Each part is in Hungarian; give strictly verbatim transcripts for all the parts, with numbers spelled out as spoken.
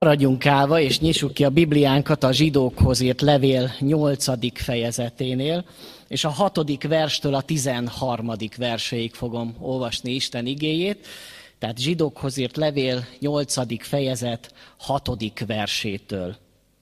Maradjunk állva, és nyissuk ki a Bibliánkat a Zsidókhoz írt levél nyolcadik fejezeténél, és a hatodik verstől a tizenharmadik verséig fogom olvasni Isten igéjét. Tehát Zsidókhoz írt levél nyolcadik fejezet hatodik versétől.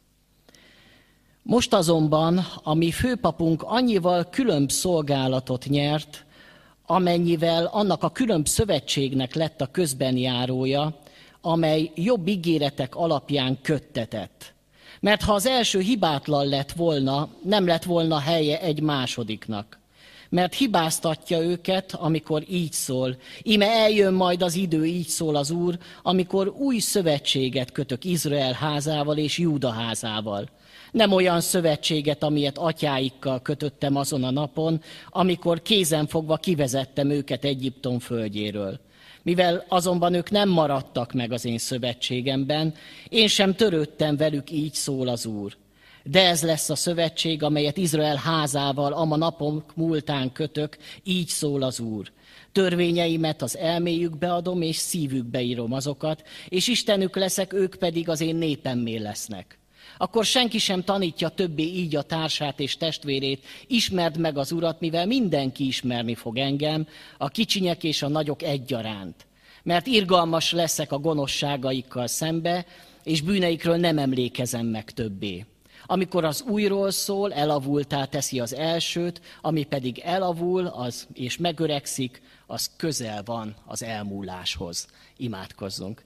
Most azonban a mi főpapunk annyival különb szolgálatot nyert, amennyivel annak a különb szövetségnek lett a közbenjárója, amely jobb ígéretek alapján köttetett. Mert ha az első hibátlan lett volna, nem lett volna helye egy másodiknak. Mert hibáztatja őket, amikor így szól. Íme eljön majd az idő, így szól az Úr, amikor új szövetséget kötök Izrael házával és Júda házával. Nem olyan szövetséget, amilyet atyáikkal kötöttem azon a napon, amikor kézenfogva kivezettem őket Egyiptom földjéről. Mivel azonban ők nem maradtak meg az én szövetségemben, én sem törődtem velük, így szól az Úr. De ez lesz a szövetség, amelyet Izrael házával ama napok múltán kötök, így szól az Úr. Törvényeimet az elméjükbe adom, és szívükbe írom azokat, és Istenük leszek, ők pedig az én népemmé lesznek. Akkor senki sem tanítja többé így a társát és testvérét, ismerd meg az Urat, mivel mindenki ismerni fog engem, a kicsinyek és a nagyok egyaránt. Mert irgalmas leszek a gonoszságaikkal szembe, és bűneikről nem emlékezem meg többé. Amikor az újról szól, elavultá teszi az elsőt, ami pedig elavul az, és megöregszik, az közel van az elmúláshoz. Imádkozzunk.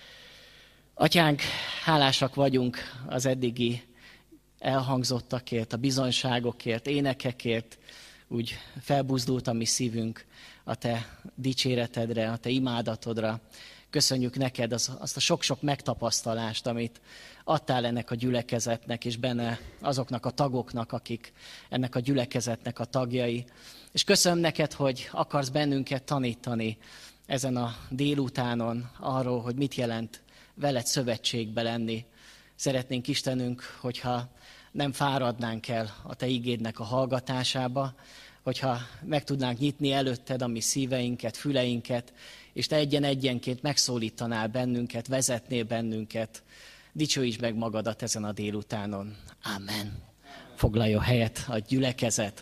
Atyánk, hálásak vagyunk az eddigi elhangzottakért, a bizonyságokért, énekekért. Úgy felbuzdult a mi szívünk a te dicséretedre, a te imádatodra. Köszönjük neked az, azt a sok-sok megtapasztalást, amit adtál ennek a gyülekezetnek, és benne azoknak a tagoknak, akik ennek a gyülekezetnek a tagjai. És köszönöm neked, hogy akarsz bennünket tanítani ezen a délutánon arról, hogy mit jelent veled szövetségbe lenni. Szeretnénk, Istenünk, hogyha nem fáradnánk el a te igédnek a hallgatásába, hogyha meg tudnánk nyitni előtted a mi szíveinket, füleinket, és te egyen-egyenként megszólítanál bennünket, vezetnél bennünket. Dicsőítsd meg magadat ezen a délutánon. Amen. Foglaljon helyet a gyülekezet.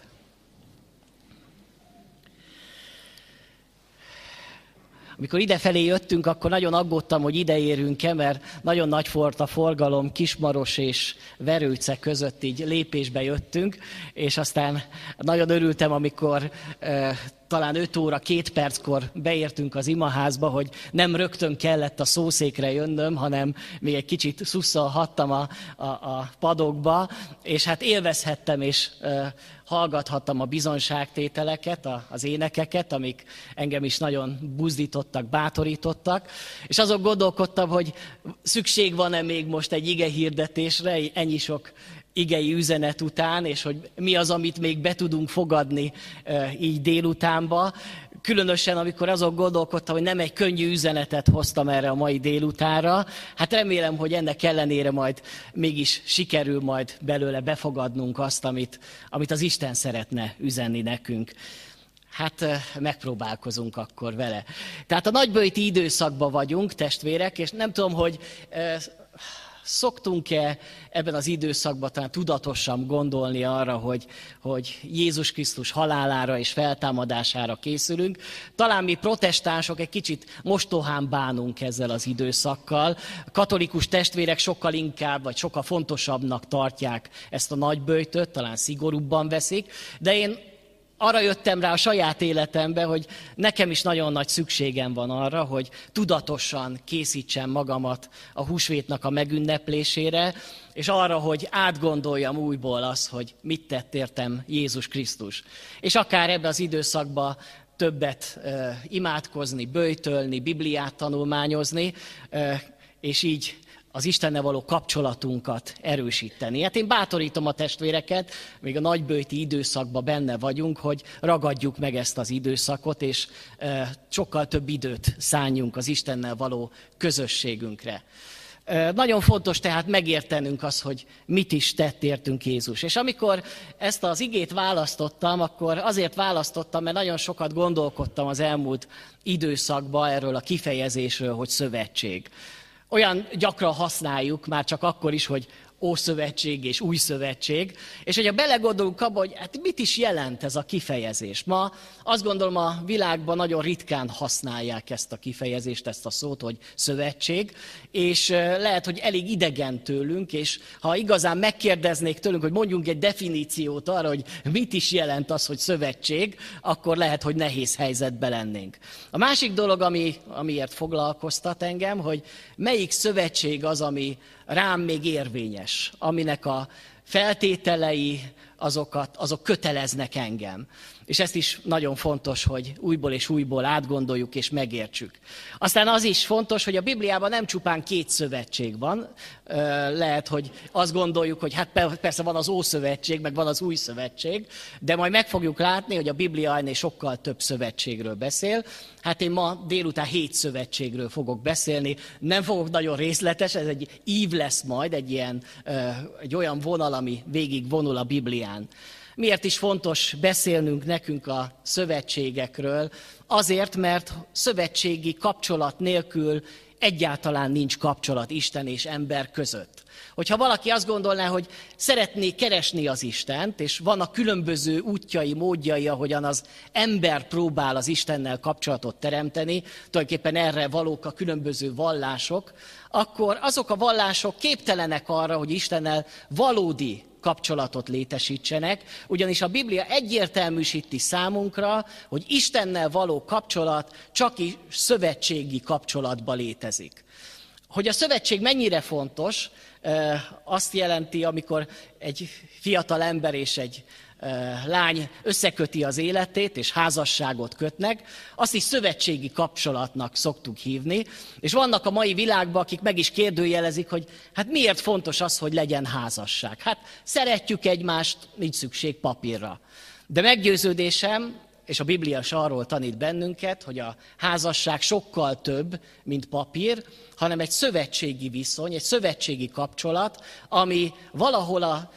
Amikor idefelé jöttünk, akkor nagyon aggódtam, hogy ide érünk-e, mert nagyon nagy volt a forgalom, Kismaros és Verőce között így lépésbe jöttünk, és aztán nagyon örültem, amikor e, talán öt óra, két perckor beértünk az imaházba, hogy nem rögtön kellett a szószékre jönnöm, hanem még egy kicsit szusszolhattam a, a, a padokba, és hát élvezhettem és e, hallgathattam a bizonságtételeket, a, az énekeket, amik engem is nagyon buzdítottak, bátorítottak, és azon gondolkodtam, hogy szükség van-e még most egy ige hirdetésre, ennyi sok igei üzenet után, és hogy mi az, amit még be tudunk fogadni e, így délutánba. Különösen, amikor azon gondolkodtam, hogy nem egy könnyű üzenetet hoztam erre a mai délutánra. Hát remélem, hogy ennek ellenére majd mégis sikerül majd belőle befogadnunk azt, amit, amit az Isten szeretne üzenni nekünk. Hát megpróbálkozunk akkor vele. Tehát a nagyböjti időszakban vagyunk, testvérek, és nem tudom, hogy szoktunk-e ebben az időszakban talán tudatosan gondolni arra, hogy, hogy Jézus Krisztus halálára és feltámadására készülünk. Talán mi protestánsok egy kicsit mostohán bánunk ezzel az időszakkal. A katolikus testvérek sokkal inkább, vagy sokkal fontosabbnak tartják ezt a nagyböjtöt, talán szigorúbban veszik, de én arra jöttem rá a saját életembe, hogy nekem is nagyon nagy szükségem van arra, hogy tudatosan készítsem magamat a húsvétnak a megünneplésére, és arra, hogy átgondoljam újból azt, hogy mit tett értem Jézus Krisztus. És akár ebben az időszakban többet uh, imádkozni, böjtölni, Bibliát tanulmányozni, uh, és így az Istennel való kapcsolatunkat erősíteni. Hát én bátorítom a testvéreket, még a nagyböjti időszakban benne vagyunk, hogy ragadjuk meg ezt az időszakot, és e, sokkal több időt szálljunk az Istennel való közösségünkre. E, nagyon fontos tehát megértenünk azt, hogy mit is tett értünk Jézus. És amikor ezt az igét választottam, akkor azért választottam, mert nagyon sokat gondolkodtam az elmúlt időszakban erről a kifejezésről, hogy szövetség. olyan gyakran használjuk, már csak akkor is, hogy Ószövetség és Új Szövetség, és hogyha belegondolunk abba, hogy hát mit is jelent ez a kifejezés. Ma azt gondolom, a világban nagyon ritkán használják ezt a kifejezést, ezt a szót, hogy szövetség, és lehet, hogy elég idegen tőlünk, és ha igazán megkérdeznék tőlünk, hogy mondjunk egy definíciót arra, hogy mit is jelent az, hogy szövetség, akkor lehet, hogy nehéz helyzetben lennénk. A másik dolog, ami, amiért foglalkoztat engem, hogy melyik szövetség az, ami rám még érvényes, aminek a feltételei azokat, azok köteleznek engem. És ezt is nagyon fontos, hogy újból és újból átgondoljuk és megértsük. Aztán az is fontos, hogy a Bibliában nem csupán két szövetség van. Lehet, hogy azt gondoljuk, hogy hát persze van az Ószövetség, meg van az Új Szövetség, de majd meg fogjuk látni, hogy a Biblia ennél sokkal több szövetségről beszél. Hát én ma délután hét szövetségről fogok beszélni. Nem fogok nagyon részletes, ez egy ív lesz majd, egy, ilyen, egy olyan vonal, ami végig vonul a Biblián. Miért is fontos beszélnünk nekünk a szövetségekről? Azért, mert szövetségi kapcsolat nélkül egyáltalán nincs kapcsolat Isten és ember között. Hogyha valaki azt gondolná, hogy szeretné keresni az Istent, és vannak különböző útjai, módjai, ahogyan az ember próbál az Istennel kapcsolatot teremteni, tulajdonképpen erre valók a különböző vallások, akkor azok a vallások képtelenek arra, hogy Istennel valódi kapcsolatot létesítsenek, ugyanis a Biblia egyértelműsíti számunkra, hogy Istennel való kapcsolat csak is szövetségi kapcsolatban létezik. Hogy a szövetség mennyire fontos, azt jelenti, amikor egy fiatal ember és egy lány összeköti az életét, és házasságot kötnek, azt is szövetségi kapcsolatnak szoktuk hívni, és vannak a mai világban, akik meg is kérdőjelezik, hogy hát miért fontos az, hogy legyen házasság. Hát szeretjük egymást, nincs szükség papírra. De meggyőződésem, és a Biblia is arról tanít bennünket, hogy a házasság sokkal több, mint papír, hanem egy szövetségi viszony, egy szövetségi kapcsolat, ami valahol a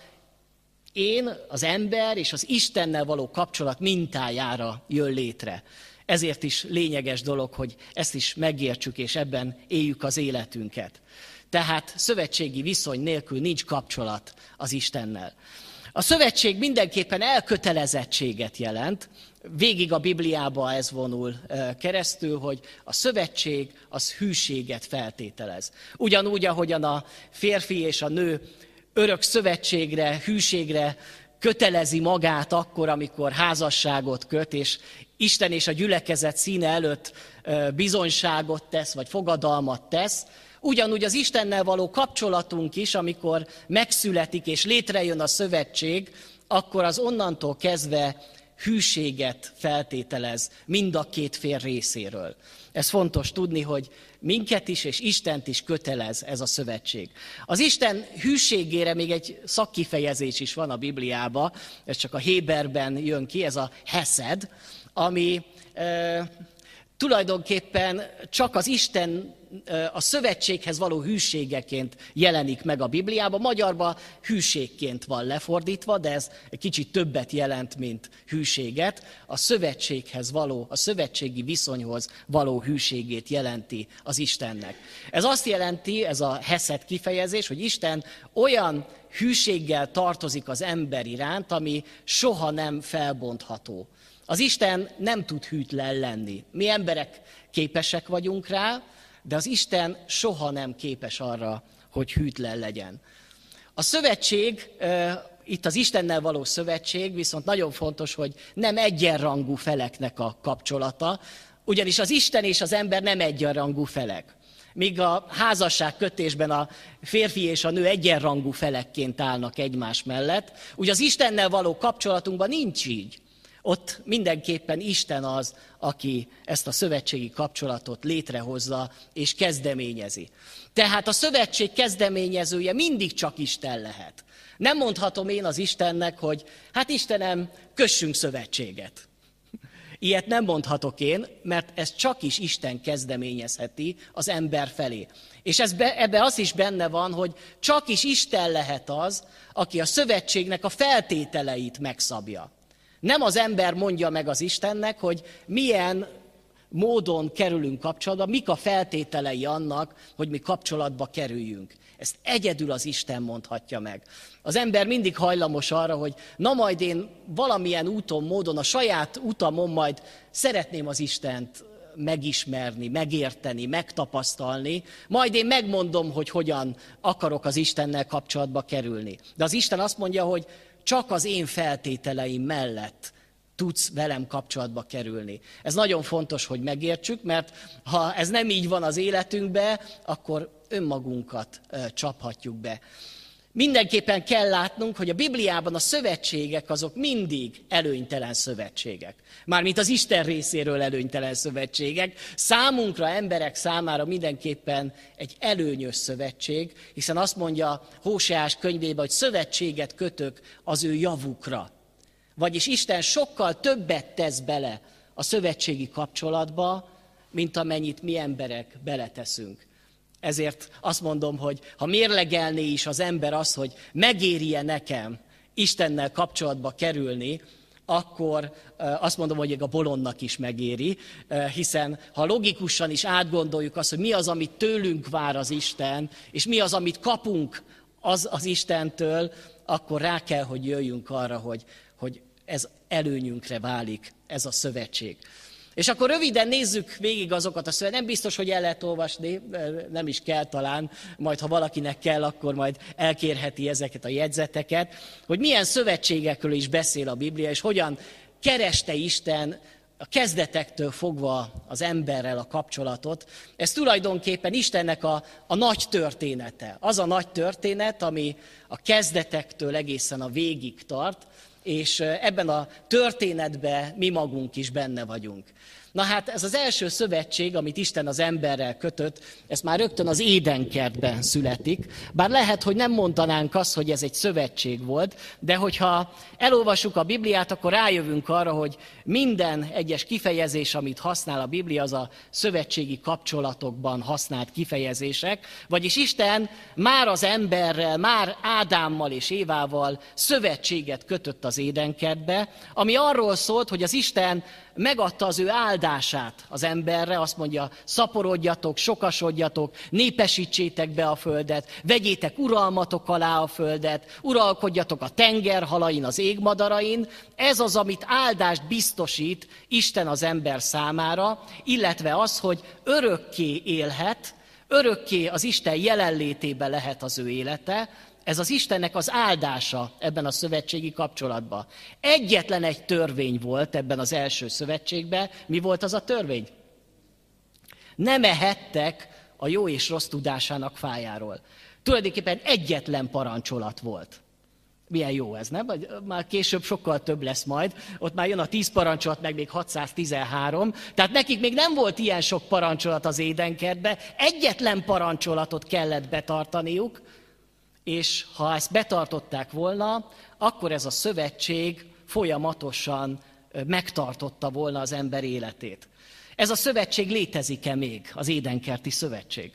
én, az ember és az Istennel való kapcsolat mintájára jön létre. Ezért is lényeges dolog, hogy ezt is megértsük, és ebben éljük az életünket. Tehát szövetségi viszony nélkül nincs kapcsolat az Istennel. A szövetség mindenképpen elkötelezettséget jelent, végig a Bibliában ez vonul keresztül, hogy a szövetség az hűséget feltételez. Ugyanúgy, ahogyan a férfi és a nő örök szövetségre, hűségre kötelezi magát akkor, amikor házasságot köt, és Isten és a gyülekezet színe előtt bizonyságot tesz, vagy fogadalmat tesz, ugyanúgy az Istennel való kapcsolatunk is, amikor megszületik és létrejön a szövetség, akkor az onnantól kezdve hűséget feltételez mind a két fél részéről. Ez fontos tudni, hogy minket is és Istent is kötelez ez a szövetség. Az Isten hűségére még egy szakkifejezés is van a Bibliában, ez csak a Héberben jön ki, ez a heszed, ami e, tulajdonképpen csak az Isten a szövetséghez való hűségeként jelenik meg a Bibliában. Magyarban hűségként van lefordítva, de ez egy kicsit többet jelent, mint hűséget. A szövetséghez való, a szövetségi viszonyhoz való hűségét jelenti az Istennek. Ez azt jelenti, ez a heszed kifejezés, hogy Isten olyan hűséggel tartozik az ember iránt, ami soha nem felbontható. Az Isten nem tud hűtlen lenni. Mi emberek képesek vagyunk rá, de az Isten soha nem képes arra, hogy hűtlen legyen. A szövetség, itt az Istennel való szövetség, viszont nagyon fontos, hogy nem egyenrangú feleknek a kapcsolata, ugyanis az Isten és az ember nem egyenrangú felek. Míg a házasság kötésben a férfi és a nő egyenrangú felekként állnak egymás mellett, úgy az Istennel való kapcsolatunkban nincs így. Ott mindenképpen Isten az, aki ezt a szövetségi kapcsolatot létrehozza és kezdeményezi. Tehát a szövetség kezdeményezője mindig csak Isten lehet. Nem mondhatom én az Istennek, hogy hát Istenem, kössünk szövetséget. Ilyet nem mondhatok én, mert ez csak is Isten kezdeményezheti az ember felé. És ez be, ebbe az is benne van, hogy csak is Isten lehet az, aki a szövetségnek a feltételeit megszabja. Nem az ember mondja meg az Istennek, hogy milyen módon kerülünk kapcsolatba, mik a feltételei annak, hogy mi kapcsolatba kerüljünk. Ezt egyedül az Isten mondhatja meg. Az ember mindig hajlamos arra, hogy na majd én valamilyen úton, módon, a saját utamon majd szeretném az Istent megismerni, megérteni, megtapasztalni, majd én megmondom, hogy hogyan akarok az Istennel kapcsolatba kerülni. De az Isten azt mondja, hogy csak az én feltételeim mellett tudsz velem kapcsolatba kerülni. Ez nagyon fontos, hogy megértsük, mert ha ez nem így van az életünkben, akkor önmagunkat csaphatjuk be. Mindenképpen kell látnunk, hogy a Bibliában a szövetségek azok mindig előnytelen szövetségek. Mármint az Isten részéről előnytelen szövetségek. Számunkra, emberek számára mindenképpen egy előnyös szövetség, hiszen azt mondja Hóseás könyvében, hogy szövetséget kötök az ő javukra. Vagyis Isten sokkal többet tesz bele a szövetségi kapcsolatba, mint amennyit mi emberek beleteszünk. Ezért azt mondom, hogy ha mérlegelné is az ember azt, hogy megéri-e nekem Istennel kapcsolatba kerülni, akkor azt mondom, hogy a bolondnak is megéri, hiszen ha logikusan is átgondoljuk azt, hogy mi az, amit tőlünk vár az Isten, és mi az, amit kapunk az, az Istentől, akkor rá kell, hogy jöjjünk arra, hogy, hogy ez előnyünkre válik, ez a szövetség. És akkor röviden nézzük végig azokat a szövetségeket. Nem biztos, hogy el lehet olvasni, nem is kell talán, majd ha valakinek kell, akkor majd elkérheti ezeket a jegyzeteket, hogy milyen szövetségekről is beszél a Biblia, és hogyan kereste Isten a kezdetektől fogva az emberrel a kapcsolatot. Ez tulajdonképpen Istennek a, a nagy története. Az a nagy történet, ami a kezdetektől egészen a végig tart, és ebben a történetben mi magunk is benne vagyunk. Na hát ez az első szövetség, amit Isten az emberrel kötött, ez már rögtön az Édenkertben születik. Bár lehet, hogy nem mondanánk azt, hogy ez egy szövetség volt, de hogyha elolvassuk a Bibliát, akkor rájövünk arra, hogy minden egyes kifejezés, amit használ a Biblia, az a szövetségi kapcsolatokban használt kifejezések. Vagyis Isten már az emberrel, már Ádámmal és Évával szövetséget kötött az Édenkertbe, ami arról szólt, hogy az Isten megadta az ő áldását az emberre, azt mondja, szaporodjatok, sokasodjatok, népesítsétek be a földet, vegyétek uralmatok alá a földet, uralkodjatok a tengerhalain, az égmadarain. Ez az, amit áldást biztosít Isten az ember számára, illetve az, hogy örökké élhet, örökké az Isten jelenlétében lehet az ő élete. Ez az Istennek az áldása ebben a szövetségi kapcsolatban. Egyetlen egy törvény volt ebben az első szövetségben. Mi volt az a törvény? Nem ehettek a jó és rossz tudásának fájáról. Tulajdonképpen egyetlen parancsolat volt. Milyen jó ez, nem? Már később sokkal több lesz majd. Ott már jön a tíz parancsolat, meg még hatszáztizenhárom. Tehát nekik még nem volt ilyen sok parancsolat az Édenkertben. Egyetlen parancsolatot kellett betartaniuk, és ha ezt betartották volna, akkor ez a szövetség folyamatosan megtartotta volna az ember életét. Ez a szövetség létezik-e még, az Édenkerti szövetség?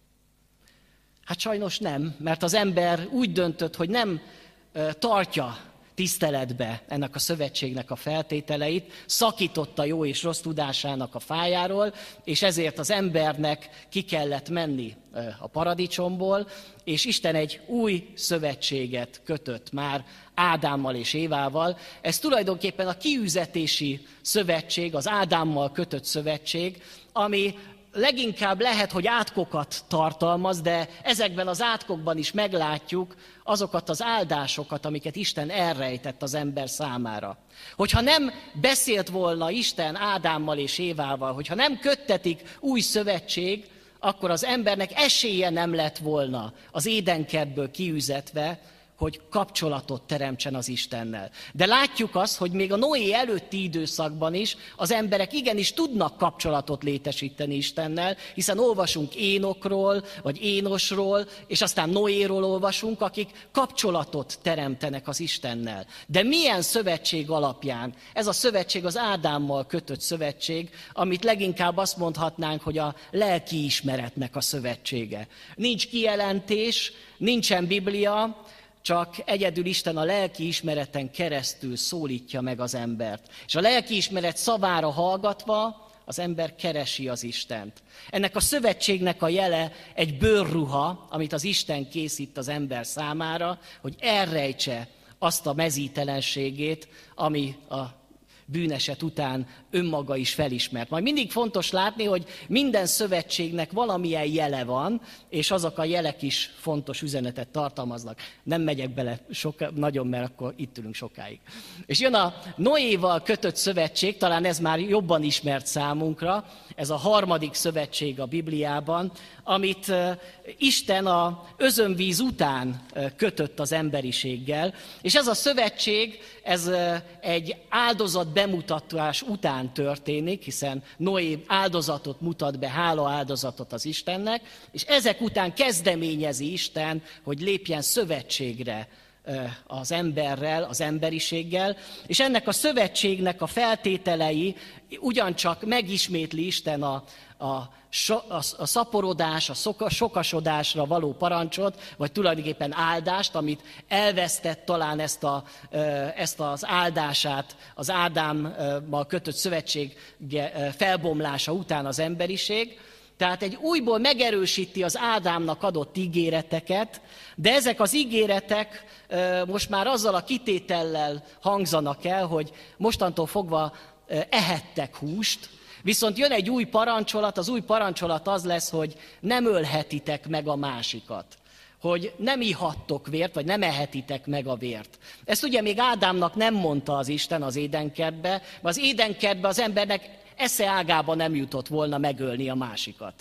Hát sajnos nem, mert az ember úgy döntött, hogy nem tartja tiszteletbe ennek a szövetségnek a feltételeit, szakította jó és rossz tudásának a fájáról, és ezért az embernek ki kellett menni a paradicsomból, és Isten egy új szövetséget kötött már Ádámmal és Évával. Ez tulajdonképpen a kiüzetési szövetség, az Ádámmal kötött szövetség, ami leginkább lehet, hogy átkokat tartalmaz, de ezekben az átkokban is meglátjuk azokat az áldásokat, amiket Isten elrejtett az ember számára. Hogyha nem beszélt volna Isten Ádámmal és Évával, hogyha nem köttetik új szövetség, akkor az embernek esélye nem lett volna az Édenkertből kiüzetve, hogy kapcsolatot teremtsen az Istennel. De látjuk azt, hogy még a Noé előtti időszakban is az emberek igenis tudnak kapcsolatot létesíteni Istennel, hiszen olvasunk Énokról, vagy Énosról, és aztán Noéról olvasunk, akik kapcsolatot teremtenek az Istennel. De milyen szövetség alapján? Ez a szövetség az Ádámmal kötött szövetség, amit leginkább azt mondhatnánk, hogy a lelkiismeretnek a szövetsége. Nincs kijelentés, nincsen Biblia, csak egyedül Isten a lelkiismereten keresztül szólítja meg az embert. És a lelkiismeret szavára hallgatva az ember keresi az Istent. Ennek a szövetségnek a jele egy bőrruha, amit az Isten készít az ember számára, hogy elrejtse azt a mezítelenségét, ami a bűneset után önmaga is felismert. Majd mindig fontos látni, hogy minden szövetségnek valamilyen jele van, és azok a jelek is fontos üzenetet tartalmaznak. Nem megyek bele soka, nagyon, mert akkor itt ülünk sokáig. És jön a Noéval kötött szövetség, talán ez már jobban ismert számunkra, ez a harmadik szövetség a Bibliában, amit Isten a özönvíz után kötött az emberiséggel, és ez a szövetség, ez egy áldozat bemutatás után történik, hiszen Noé áldozatot mutat be, hála áldozatot az Istennek, és ezek után kezdeményezi Isten, hogy lépjen szövetségre az emberrel, az emberiséggel, és ennek a szövetségnek a feltételei ugyancsak megismétli Isten a, a, a, a szaporodás, a szoka, sokasodásra való parancsot, vagy tulajdonképpen áldást, amit elvesztett talán ezt, a, ezt az áldását az Ádámmal kötött szövetség felbomlása után az emberiség. Tehát egy újból megerősíti az Ádámnak adott ígéreteket, de ezek az ígéretek most már azzal a kitétellel hangzanak el, hogy mostantól fogva ehettek húst, viszont jön egy új parancsolat, az új parancsolat az lesz, hogy nem ölhetitek meg a másikat, hogy nem ihattok vért, vagy nem ehetitek meg a vért. Ezt ugye még Ádámnak nem mondta az Isten az édenkertbe, mert az édenkertbe az embernek esze ágába nem jutott volna megölni a másikat.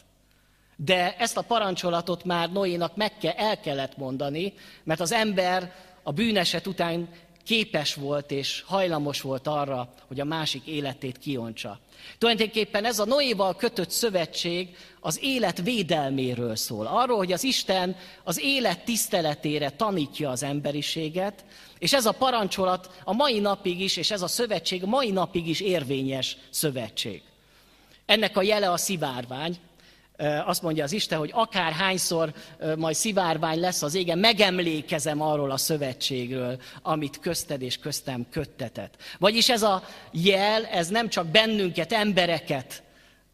De ezt a parancsolatot már Noénak meg kell, el kellett mondani, mert az ember a bűneset után képes volt és hajlamos volt arra, hogy a másik életét kiontsa. Tulajdonképpen ez a Noéval kötött szövetség az élet védelméről szól. Arról, hogy az Isten az élet tiszteletére tanítja az emberiséget, és ez a parancsolat a mai napig is, és ez a szövetség a mai napig is érvényes szövetség. Ennek a jele a szivárvány. Azt mondja az Isten, hogy akárhányszor majd szivárvány lesz az égen, megemlékezem arról a szövetségről, amit közted és köztem köttetett. Vagyis ez a jel, ez nem csak bennünket, embereket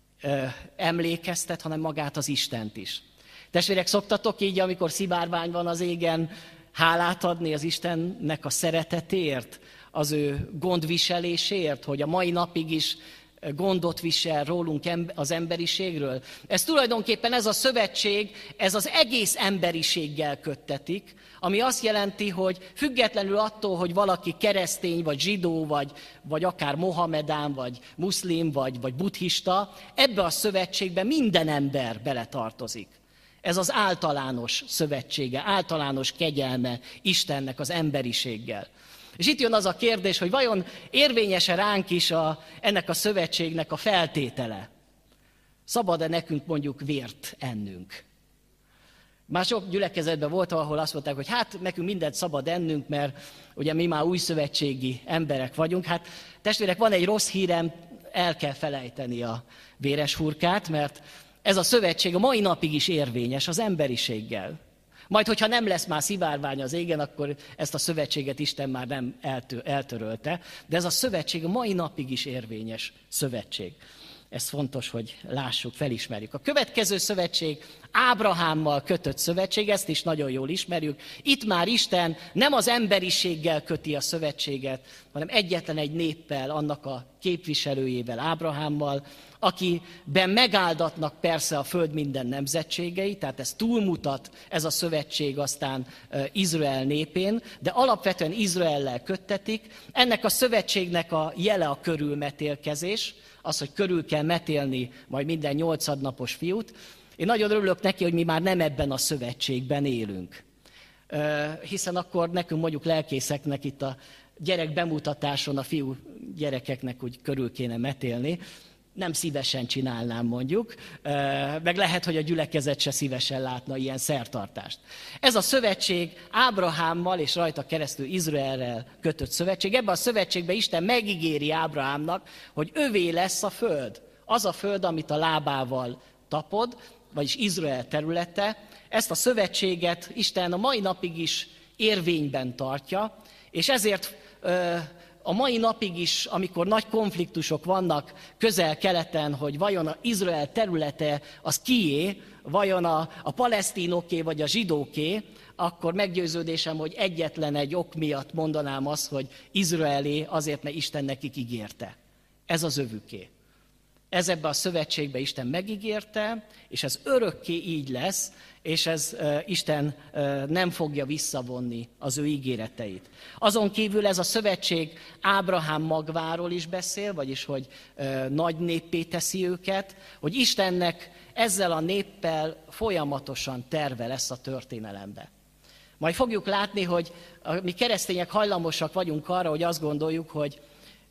emlékeztet, hanem magát az Istent is. Testvérek, szoktatok így, amikor szivárvány van az égen, hálát adni az Istennek a szeretetért, az ő gondviselésért, hogy a mai napig is gondot visel rólunk az emberiségről. Ez tulajdonképpen ez a szövetség, ez az egész emberiséggel köttetik, ami azt jelenti, hogy függetlenül attól, hogy valaki keresztény, vagy zsidó, vagy, vagy akár mohamedán, vagy muszlim, vagy, vagy buddhista, ebbe a szövetségbe minden ember beletartozik. Ez az általános szövetsége, általános kegyelme Istennek az emberiséggel. És itt jön az a kérdés, hogy vajon érvényes-e ránk is a, ennek a szövetségnek a feltétele? Szabad-e nekünk mondjuk vért ennünk? Már sok gyülekezetben volt, ahol azt mondták, hogy hát nekünk mindent szabad ennünk, mert ugye mi már újszövetségi emberek vagyunk. Hát testvérek, van egy rossz hírem, el kell felejteni a véres hurkát, mert ez a szövetség a mai napig is érvényes az emberiséggel. Majd, hogyha nem lesz már szivárvány az égen, akkor ezt a szövetséget Isten már nem eltörölte, de ez a szövetség a mai napig is érvényes szövetség. Ez fontos, hogy lássuk, felismerjük. A következő szövetség Ábrahámmal kötött szövetség, ezt is nagyon jól ismerjük. Itt már Isten nem az emberiséggel köti a szövetséget, hanem egyetlen egy néppel, annak a képviselőjével, Ábrahámmal, akiben megáldatnak persze a föld minden nemzetségei, tehát ez túlmutat ez a szövetség aztán Izrael népén, de alapvetően Izraellel köttetik. Ennek a szövetségnek a jele a körülmetélkezés, az, hogy körül kell metélni majd minden nyolcadnapos fiút. Én nagyon örülök neki, hogy mi már nem ebben a szövetségben élünk. Hiszen akkor nekünk mondjuk lelkészeknek itt a gyerek bemutatáson a fiú gyerekeknek úgy körül kéne metélni. Nem szívesen csinálnám mondjuk, meg lehet, hogy a gyülekezet se szívesen látna ilyen szertartást. Ez a szövetség Ábrahámmal és rajta keresztül Izraellel kötött szövetség. Ebben a szövetségben Isten megígéri Ábrahámnak, hogy övé lesz a föld. Az a föld, amit a lábával tapod, vagyis Izrael területe. Ezt a szövetséget Isten a mai napig is érvényben tartja, és ezért a mai napig is, amikor nagy konfliktusok vannak közel-keleten, hogy vajon az Izrael területe az kié, vajon a, a palesztinoké vagy a zsidóké, akkor meggyőződésem, hogy egyetlen egy ok miatt mondanám azt, hogy Izraelé, azért, mert Isten nekik ígérte. Ez az övüké. Ez ebbe a szövetségbe Isten megígérte, és ez örökké így lesz, és ez uh, Isten uh, nem fogja visszavonni az ő ígéreteit. Azon kívül ez a szövetség Ábrahám magváról is beszél, vagyis hogy uh, nagy néppé teszi őket, hogy Istennek ezzel a néppel folyamatosan terve lesz a történelembe. Majd fogjuk látni, hogy mi keresztények hajlamosak vagyunk arra, hogy azt gondoljuk, hogy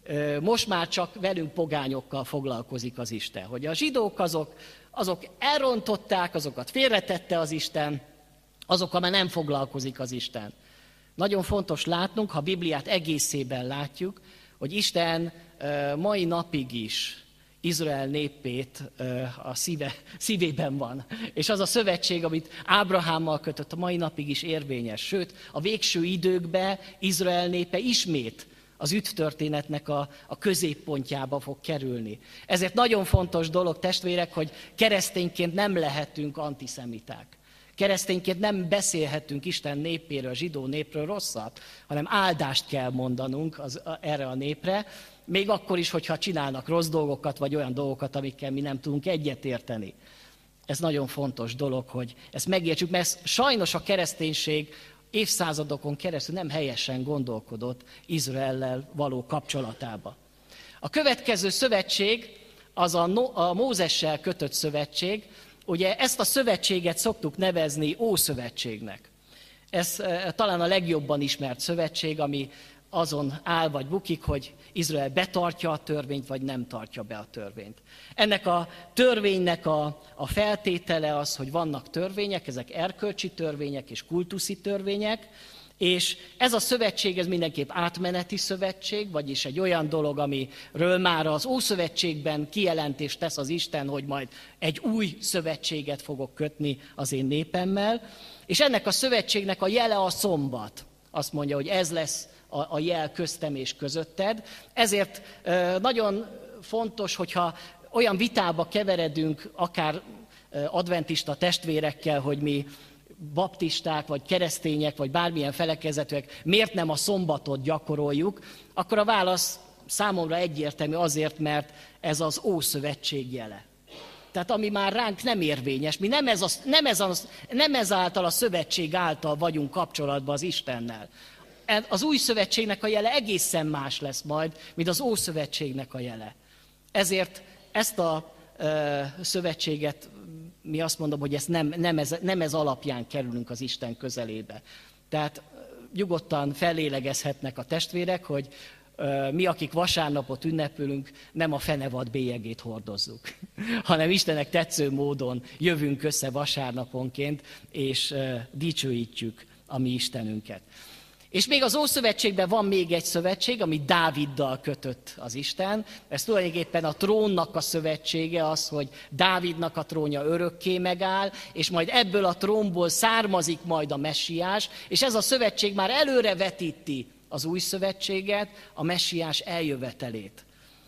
most már csak velünk pogányokkal foglalkozik az Isten. Hogy a zsidók azok, azok elrontották, azokat félretette az Isten, azokkal már nem foglalkozik az Isten. Nagyon fontos látnunk, ha a Bibliát egészében látjuk, hogy Isten mai napig is Izrael népét a szíve, szívében van. És az a szövetség, amit Ábrahámmal kötött, a mai napig is érvényes. Sőt, a végső időkben Izrael népe ismét az üdvtörténetnek a, a középpontjába fog kerülni. Ezért nagyon fontos dolog, testvérek, hogy keresztényként nem lehetünk antiszemiták. Keresztényként nem beszélhetünk Isten népéről, zsidó népről rosszat, hanem áldást kell mondanunk az, erre a népre, még akkor is, hogyha csinálnak rossz dolgokat, vagy olyan dolgokat, amikkel mi nem tudunk egyetérteni. Ez nagyon fontos dolog, hogy ezt megértsük, mert sajnos a kereszténység évszázadokon keresztül nem helyesen gondolkodott Izraellel való kapcsolatába. A következő szövetség az a, no, a Mózessel kötött szövetség. Ugye ezt a szövetséget szoktuk nevezni Ószövetségnek. Ez e, talán a legjobban ismert szövetség, ami azon áll vagy bukik, hogy Izrael betartja a törvényt, vagy nem tartja be a törvényt. Ennek a törvénynek a, a feltétele az, hogy vannak törvények, ezek erkölcsi törvények és kultuszi törvények, és ez a szövetség, ez mindenképp átmeneti szövetség, vagyis egy olyan dolog, amiről már az Ószövetségben kijelentést tesz az Isten, hogy majd egy új szövetséget fogok kötni az én népemmel, és ennek a szövetségnek a jele a szombat. Azt mondja, hogy ez lesz a, a jel köztem és közötted. Ezért e, nagyon fontos, hogyha olyan vitába keveredünk, akár e, adventista testvérekkel, hogy mi baptisták, vagy keresztények, vagy bármilyen felekezetűek, miért nem a szombatot gyakoroljuk, akkor a válasz számomra egyértelmű azért, mert ez az Ószövetség jele. Tehát ami már ránk nem érvényes, mi nem, ez a, nem, ez a, nem ezáltal a szövetség által vagyunk kapcsolatban az Istennel. Az új szövetségnek a jele egészen más lesz majd, mint az Ószövetségnek a jele. Ezért ezt a e, szövetséget mi azt mondom, hogy ezt nem, nem, ez, nem ez alapján kerülünk az Isten közelébe. Tehát nyugodtan fellélegezhetnek a testvérek, hogy uh, mi, akik vasárnapot ünnepülünk, nem a fenevad bélyegét hordozzuk, hanem Istennek tetsző módon jövünk össze vasárnaponként, és uh, dicsőítjük a mi Istenünket. És még az Ószövetségben van még egy szövetség, ami Dáviddal kötött az Isten. Ez tulajdonképpen a trónnak a szövetsége az, hogy Dávidnak a trónja örökké megáll, és majd ebből a trónból származik majd a messiás, és ez a szövetség már előre vetíti az új szövetséget, a messiás eljövetelét.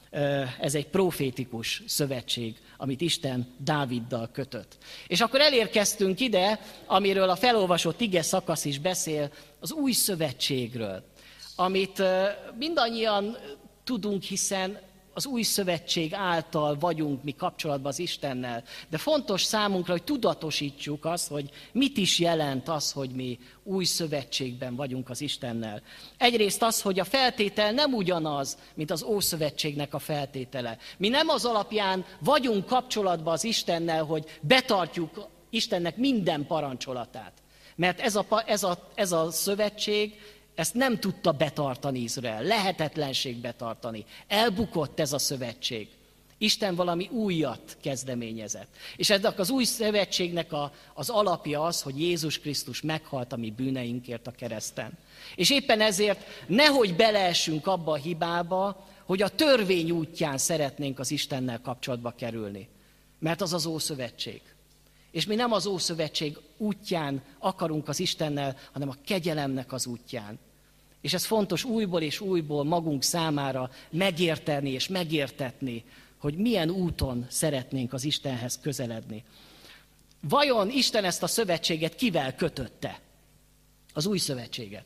Ez egy profétikus szövetség, amit Isten Dáviddal kötött. És akkor elérkeztünk ide, amiről a felolvasott ige szakasz is beszél, az új szövetségről, amit mindannyian tudunk, hiszen az új szövetség által vagyunk mi kapcsolatban az Istennel. De fontos számunkra, hogy tudatosítsuk azt, hogy mit is jelent az, hogy mi új szövetségben vagyunk az Istennel. Egyrészt az, hogy a feltétel nem ugyanaz, mint az Ószövetségnek a feltétele. Mi nem az alapján vagyunk kapcsolatban az Istennel, hogy betartjuk Istennek minden parancsolatát. Mert ez a, ez a, ez a szövetség, ezt nem tudta betartani Izrael, lehetetlenség betartani. Elbukott ez a szövetség. Isten valami újat kezdeményezett. És ennek az új szövetségnek a, az alapja az, hogy Jézus Krisztus meghalt a mi bűneinkért a kereszten. És éppen ezért nehogy beleessünk abba a hibába, hogy a törvény útján szeretnénk az Istennel kapcsolatba kerülni. Mert az az Ószövetség. És mi nem az Ószövetség útján akarunk az Istennel, hanem a kegyelemnek az útján. És ez fontos újból és újból magunk számára megérteni és megértetni, hogy milyen úton szeretnénk az Istenhez közeledni. Vajon Isten ezt a szövetséget kivel kötötte? Az új szövetséget.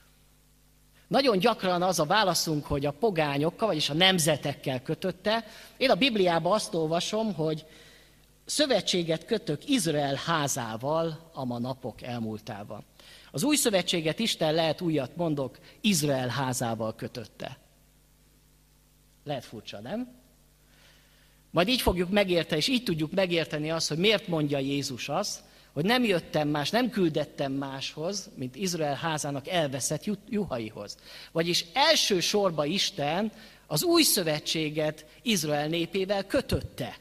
Nagyon gyakran az a válaszunk, hogy a pogányokkal, vagyis a nemzetekkel kötötte. Én a Bibliában azt olvasom, hogy szövetséget kötök Izrael házával a ma napok elmúltával. Az új szövetséget Isten, lehet újat mondok, Izrael házával kötötte. Lehet furcsa, nem? Majd így fogjuk megérteni, és így tudjuk megérteni azt, hogy miért mondja Jézus azt, hogy nem jöttem más, nem küldettem máshoz, mint Izrael házának elveszett juhaihoz. Vagyis elsősorban Isten az új szövetséget Izrael népével kötötte.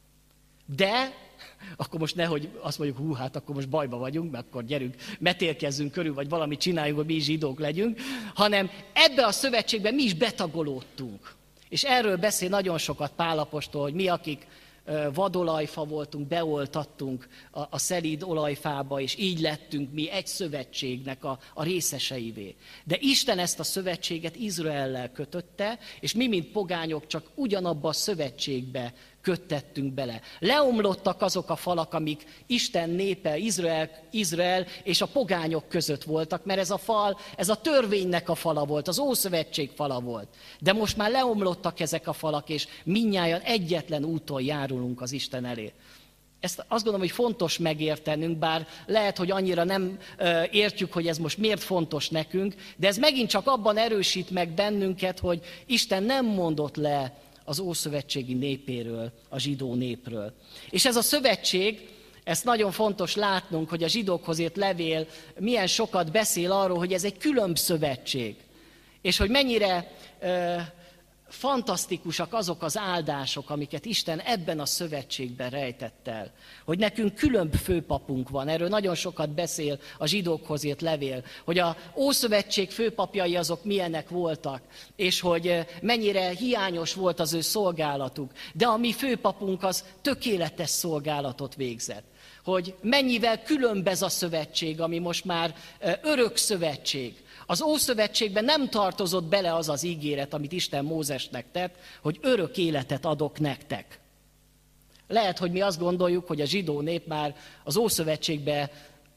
De, akkor most nehogy azt mondjuk, hú, hát akkor most bajba vagyunk, mert akkor gyerünk, metélkezzünk körül, vagy valamit csináljunk, hogy mi is zsidók legyünk, hanem ebbe a szövetségben mi is betagolódtunk. És erről beszél nagyon sokat Pál apostol, hogy mi, akik vadolajfa voltunk, beoltattunk a, a szelíd olajfába, és így lettünk mi egy szövetségnek a, a részeseivé. De Isten ezt a szövetséget Izraellel kötötte, és mi, mint pogányok, csak ugyanabba a szövetségbe köttettünk bele. Leomlottak azok a falak, amik Isten népe, Izrael, Izrael és a pogányok között voltak, mert ez a fal, ez a törvénynek a fala volt, az Ószövetség fala volt. De most már leomlottak ezek a falak, és mindnyájan egyetlen úton járulunk az Isten elé. Ezt azt gondolom, hogy fontos megértenünk, bár lehet, hogy annyira nem értjük, hogy ez most miért fontos nekünk, de ez megint csak abban erősít meg bennünket, hogy Isten nem mondott le az ószövetségi népéről, a zsidó népről. És ez a szövetség, ezt nagyon fontos látnunk, hogy a zsidókhoz írt levél milyen sokat beszél arról, hogy ez egy külön szövetség. És hogy mennyire ö, fantasztikusak azok az áldások, amiket Isten ebben a szövetségben rejtett el. Hogy nekünk különb főpapunk van, erről nagyon sokat beszél a zsidókhoz írt levél, hogy a Ószövetség főpapjai azok milyenek voltak, és hogy mennyire hiányos volt az ő szolgálatuk. De a mi főpapunk az tökéletes szolgálatot végzett. Hogy mennyivel különb ez a szövetség, ami most már örök szövetség. Az Ószövetségben nem tartozott bele az az ígéret, amit Isten Mózesnek tett, hogy örök életet adok nektek. Lehet, hogy mi azt gondoljuk, hogy a zsidó nép már az Ószövetségben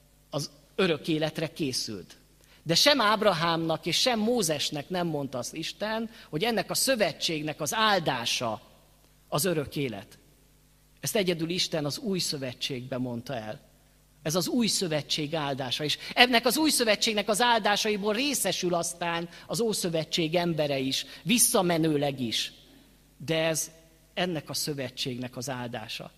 az örök életre készült. De sem Ábrahámnak és sem Mózesnek nem mondta az Isten, hogy ennek a szövetségnek az áldása az örök élet. Ezt egyedül Isten az új szövetségben mondta el. Ez az új szövetség áldása. És ennek az új szövetségnek az áldásaiból részesül aztán az Ószövetség embere is, visszamenőleg is. De ez ennek a szövetségnek az áldása.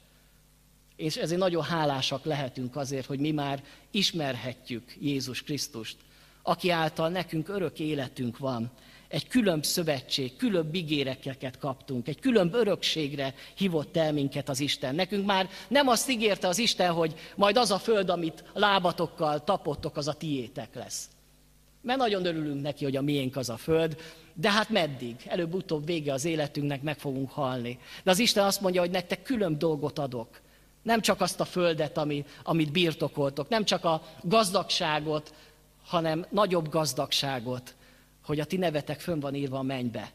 És ezért nagyon hálásak lehetünk azért, hogy mi már ismerhetjük Jézus Krisztust, aki által nekünk örök életünk van. Egy különb szövetség, különb ígéreteket kaptunk, egy különb örökségre hívott el minket az Isten. Nekünk már nem azt ígérte az Isten, hogy majd az a föld, amit lábatokkal tapottok, az a tiétek lesz. Mert nagyon örülünk neki, hogy a miénk az a föld, de hát meddig? Előbb-utóbb vége az életünknek, meg fogunk halni. De az Isten azt mondja, hogy nektek különb dolgot adok. Nem csak azt a földet, ami, amit birtokoltok, nem csak a gazdagságot, hanem nagyobb gazdagságot, hogy a ti nevetek fönn van írva a mennybe.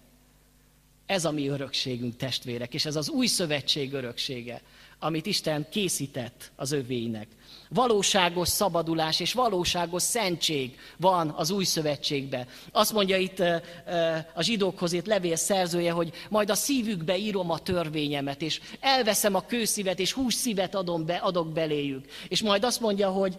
Ez a mi örökségünk, testvérek, és ez az új szövetség öröksége, amit Isten készített az övéinek. Valóságos szabadulás és valóságos szentség van az új szövetségben. Azt mondja itt a zsidókhoz írt levél szerzője, hogy majd a szívükbe írom a törvényemet, és elveszem a kőszívet, és hússzívet adom be, adok beléjük. És majd azt mondja, hogy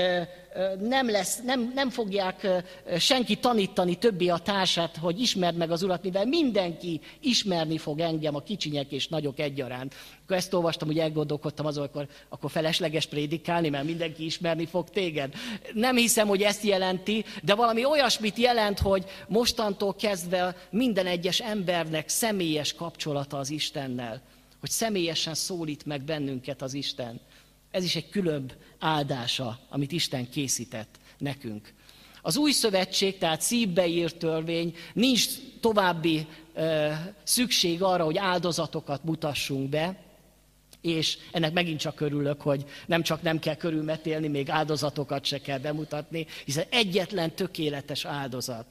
nem, lesz, nem, nem fogják senki tanítani többé a társát, hogy ismerd meg az Urat, mivel mindenki ismerni fog engem, a kicsinyek és nagyok egyaránt. Akkor ezt olvastam, hogy elgondolkodtam azon, akkor, akkor felesleges prédikálni, mert mindenki ismerni fog téged. Nem hiszem, hogy ezt jelenti, de valami olyasmit jelent, hogy mostantól kezdve minden egyes embernek személyes kapcsolata az Istennel, hogy személyesen szólít meg bennünket az Isten. Ez is egy különb áldása, amit Isten készített nekünk. Az új szövetség, tehát szívbe írt törvény, nincs további ö, szükség arra, hogy áldozatokat mutassunk be, és ennek megint csak örülök, hogy nem csak nem kell körülmetélni, még áldozatokat se kell bemutatni, hiszen egyetlen tökéletes áldozat,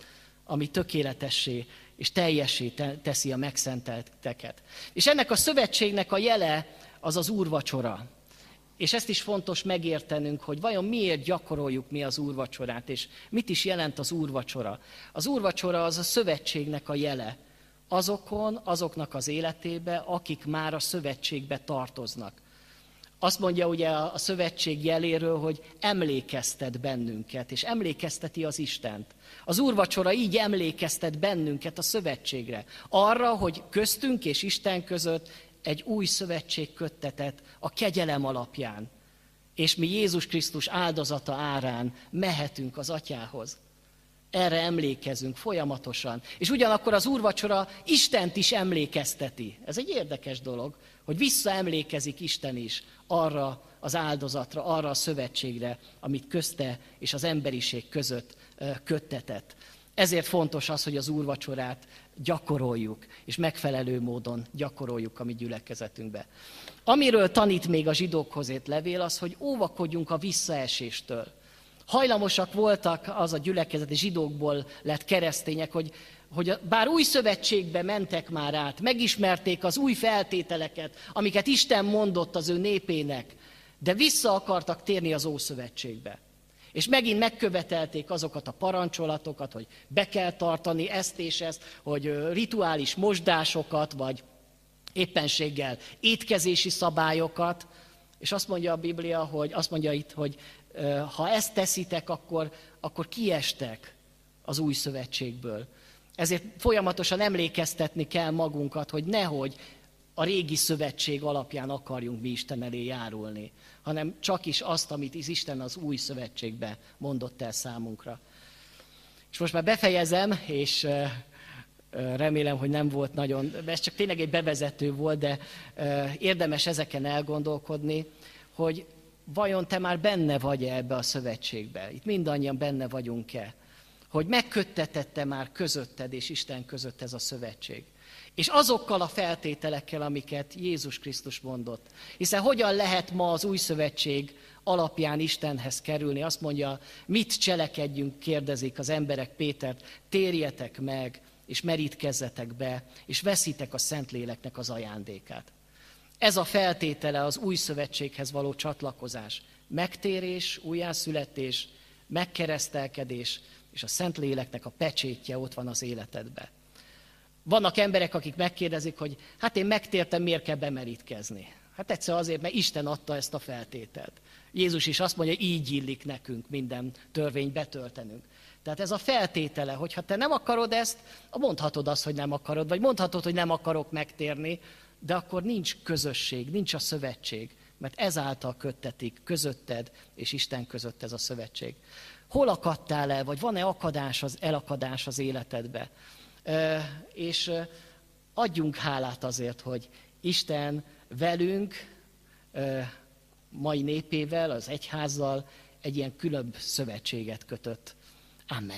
ami tökéletessé és teljessé teszi a megszentelteket. És ennek a szövetségnek a jele az az úrvacsora. És ezt is fontos megértenünk, hogy vajon miért gyakoroljuk mi az úrvacsorát, és mit is jelent az úrvacsora. Az úrvacsora az a szövetségnek a jele. Azokon, azoknak az életébe, akik már a szövetségbe tartoznak. Azt mondja ugye a szövetség jeléről, hogy emlékeztet bennünket, és emlékezteti az Istent. Az úrvacsora így emlékeztet bennünket a szövetségre. Arra, hogy köztünk és Isten között egy új szövetség köttetett a kegyelem alapján. És mi Jézus Krisztus áldozata árán mehetünk az Atyához. Erre emlékezünk folyamatosan. És ugyanakkor az úrvacsora Istent is emlékezteti. Ez egy érdekes dolog, hogy visszaemlékezik Isten is arra az áldozatra, arra a szövetségre, amit közte és az emberiség között köttetett. Ezért fontos az, hogy az úrvacsorát gyakoroljuk, és megfelelő módon gyakoroljuk a mi gyülekezetünkbe. Amiről tanít még a zsidókhoz írt levél, az, hogy óvakodjunk a visszaeséstől. Hajlamosak voltak az a gyülekezeti zsidókból lett keresztények, hogy, hogy bár új szövetségbe mentek már át, megismerték az új feltételeket, amiket Isten mondott az ő népének, de vissza akartak térni az Ószövetségbe. És megint megkövetelték azokat a parancsolatokat, hogy be kell tartani ezt és ezt, hogy rituális mosdásokat, vagy éppenséggel étkezési szabályokat. És azt mondja a Biblia, hogy azt mondja itt, hogy ha ezt teszitek, akkor, akkor kiestek az új szövetségből. Ezért folyamatosan emlékeztetni kell magunkat, hogy nehogy a régi szövetség alapján akarjunk mi Isten elé járulni, hanem csak is azt, amit az Isten az új szövetségbe mondott el számunkra. És most már befejezem, és remélem, hogy nem volt nagyon, ez csak tényleg egy bevezető volt, de érdemes ezeken elgondolkodni, hogy vajon te már benne vagy-e ebbe a szövetségbe? Itt mindannyian benne vagyunk-e? Hogy megköttetette már közötted és Isten között ez a szövetség. És azokkal a feltételekkel, amiket Jézus Krisztus mondott. Hiszen hogyan lehet ma az új szövetség alapján Istenhez kerülni? Azt mondja, mit cselekedjünk, kérdezik az emberek Pétert, térjetek meg, és merítkezzetek be, és veszitek a Szentléleknek az ajándékát. Ez a feltétele az új szövetséghez való csatlakozás. Megtérés, újjászületés, megkeresztelkedés, és a Szentléleknek a pecsétje ott van az életedben. Vannak emberek, akik megkérdezik, hogy hát én megtértem, miért kell bemerítkezni? Hát egyszer azért, mert Isten adta ezt a feltételt. Jézus is azt mondja, így illik nekünk minden törvényt betöltenünk. Tehát ez a feltétele, hogy ha te nem akarod ezt, mondhatod azt, hogy nem akarod, vagy mondhatod, hogy nem akarok megtérni, de akkor nincs közösség, nincs a szövetség, mert ezáltal köttetik közötted és Isten között ez a szövetség. Hol akadtál el, vagy van-e akadás, az elakadás az életedbe? E, és adjunk hálát azért, hogy Isten velünk, e, mai népével, az egyházzal egy ilyen különb szövetséget kötött. Amen.